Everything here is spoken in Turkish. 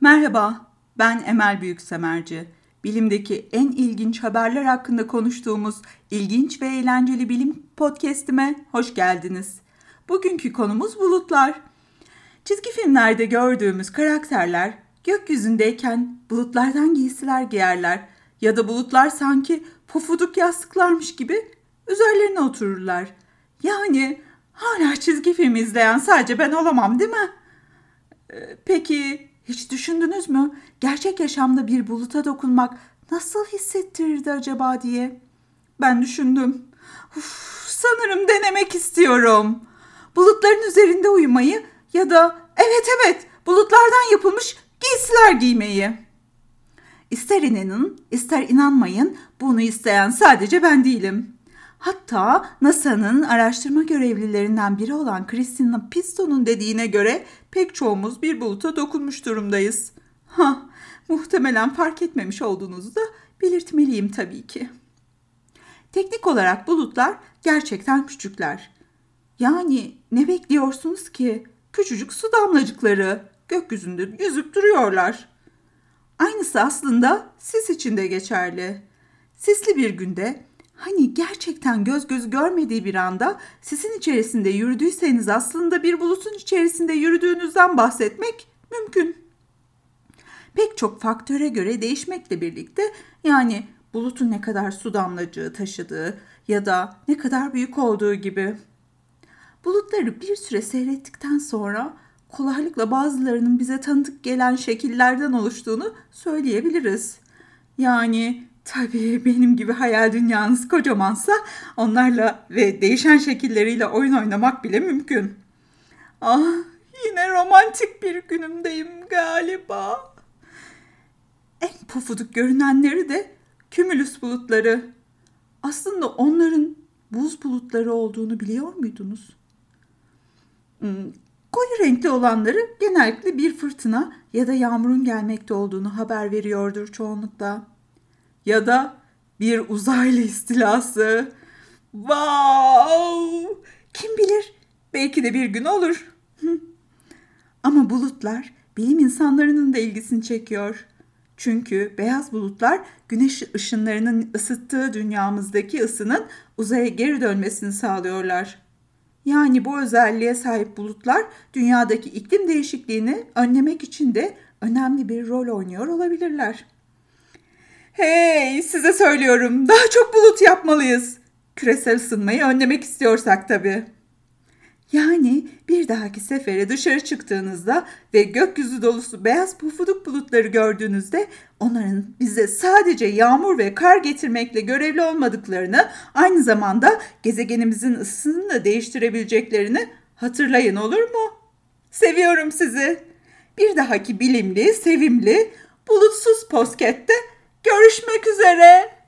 Merhaba, ben Emel Büyüksemerci. Bilimdeki en ilginç haberler hakkında konuştuğumuz ilginç ve eğlenceli bilim podcast'ime hoş geldiniz. Bugünkü konumuz bulutlar. Çizgi filmlerde gördüğümüz karakterler gökyüzündeyken bulutlardan giysiler giyerler ya da bulutlar sanki pofuduk yastıklarmış gibi üzerlerine otururlar. Yani hala çizgi film izleyen sadece ben olamam, değil mi? Peki hiç düşündünüz mü? Gerçek yaşamda bir buluta dokunmak nasıl hissettirirdi acaba diye? Ben düşündüm. Sanırım denemek istiyorum. Bulutların üzerinde uyumayı ya da evet bulutlardan yapılmış giysiler giymeyi. İster inanın, ister inanmayın, bunu isteyen sadece ben değilim. Hatta NASA'nın araştırma görevlilerinden biri olan Christina Piston'un dediğine göre pek çoğumuz bir buluta dokunmuş durumdayız. Muhtemelen fark etmemiş olduğunuzu da belirtmeliyim tabii ki. Teknik olarak bulutlar gerçekten küçükler. Yani ne bekliyorsunuz ki? Küçücük su damlacıkları gökyüzünde yüzüp duruyorlar. Aynısı aslında sis için de geçerli. Sisli bir günde, hani gerçekten göz gözü görmediği bir anda sisin içerisinde yürüdüyseniz aslında bir bulutun içerisinde yürüdüğünüzden bahsetmek mümkün. Pek çok faktöre göre değişmekle birlikte, yani bulutun ne kadar su damlacığı taşıdığı ya da ne kadar büyük olduğu gibi. Bulutları bir süre seyrettikten sonra kolaylıkla bazılarının bize tanıdık gelen şekillerden oluştuğunu söyleyebiliriz. Yani tabii benim gibi hayal dünyanız kocamansa onlarla ve değişen şekilleriyle oyun oynamak bile mümkün. Yine romantik bir günümdeyim galiba. En pufuduk görünenleri de kümülüs bulutları. Aslında onların buz bulutları olduğunu biliyor muydunuz? Koyu renkli olanları genellikle bir fırtına ya da yağmurun gelmekte olduğunu haber veriyordur çoğunlukla. Ya da bir uzaylı istilası. Wow! Kim bilir, belki de bir gün olur. Ama bulutlar bilim insanlarının da ilgisini çekiyor. Çünkü beyaz bulutlar güneş ışınlarının ısıttığı dünyamızdaki ısının uzaya geri dönmesini sağlıyorlar. Yani bu özelliğe sahip bulutlar dünyadaki iklim değişikliğini önlemek için de önemli bir rol oynuyor olabilirler. Hey, size söylüyorum, daha çok bulut yapmalıyız. Küresel ısınmayı önlemek istiyorsak tabii. Yani bir dahaki sefere dışarı çıktığınızda ve gökyüzü dolusu beyaz pufuduk bulutları gördüğünüzde onların bize sadece yağmur ve kar getirmekle görevli olmadıklarını, aynı zamanda gezegenimizin ısısını da değiştirebileceklerini hatırlayın, olur mu? Seviyorum sizi. Bir dahaki bilimli, sevimli, bulutsuz podcast'te görüşmek üzere.